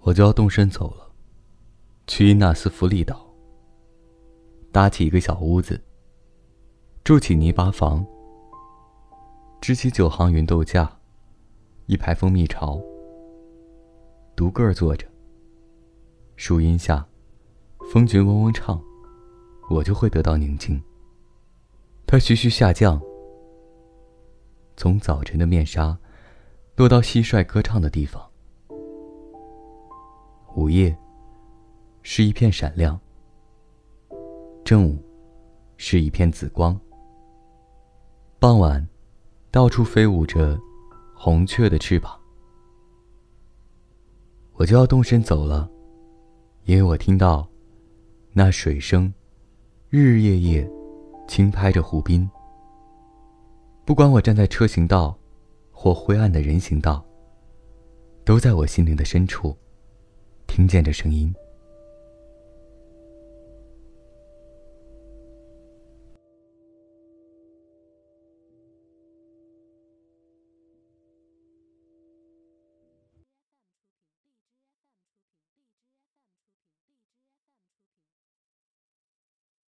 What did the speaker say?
我就要动身走了，去因纳斯弗利岛，搭起一个小屋子，住起泥巴房，支起9行芸豆架，一排蜂蜜巢，独个儿坐着，树荫下，风群嗡嗡唱，我就会得到宁静。它徐徐下降，从早晨的面纱落到蟋蟀歌唱的地方。午夜是一片闪亮，正午是一片紫光，傍晚到处飞舞着红雀的翅膀。我就要动身走了，因为我听到那水声日日夜夜轻拍着湖滨。不管我站在车行道或灰暗的人行道，都在我心灵的深处听见这声音。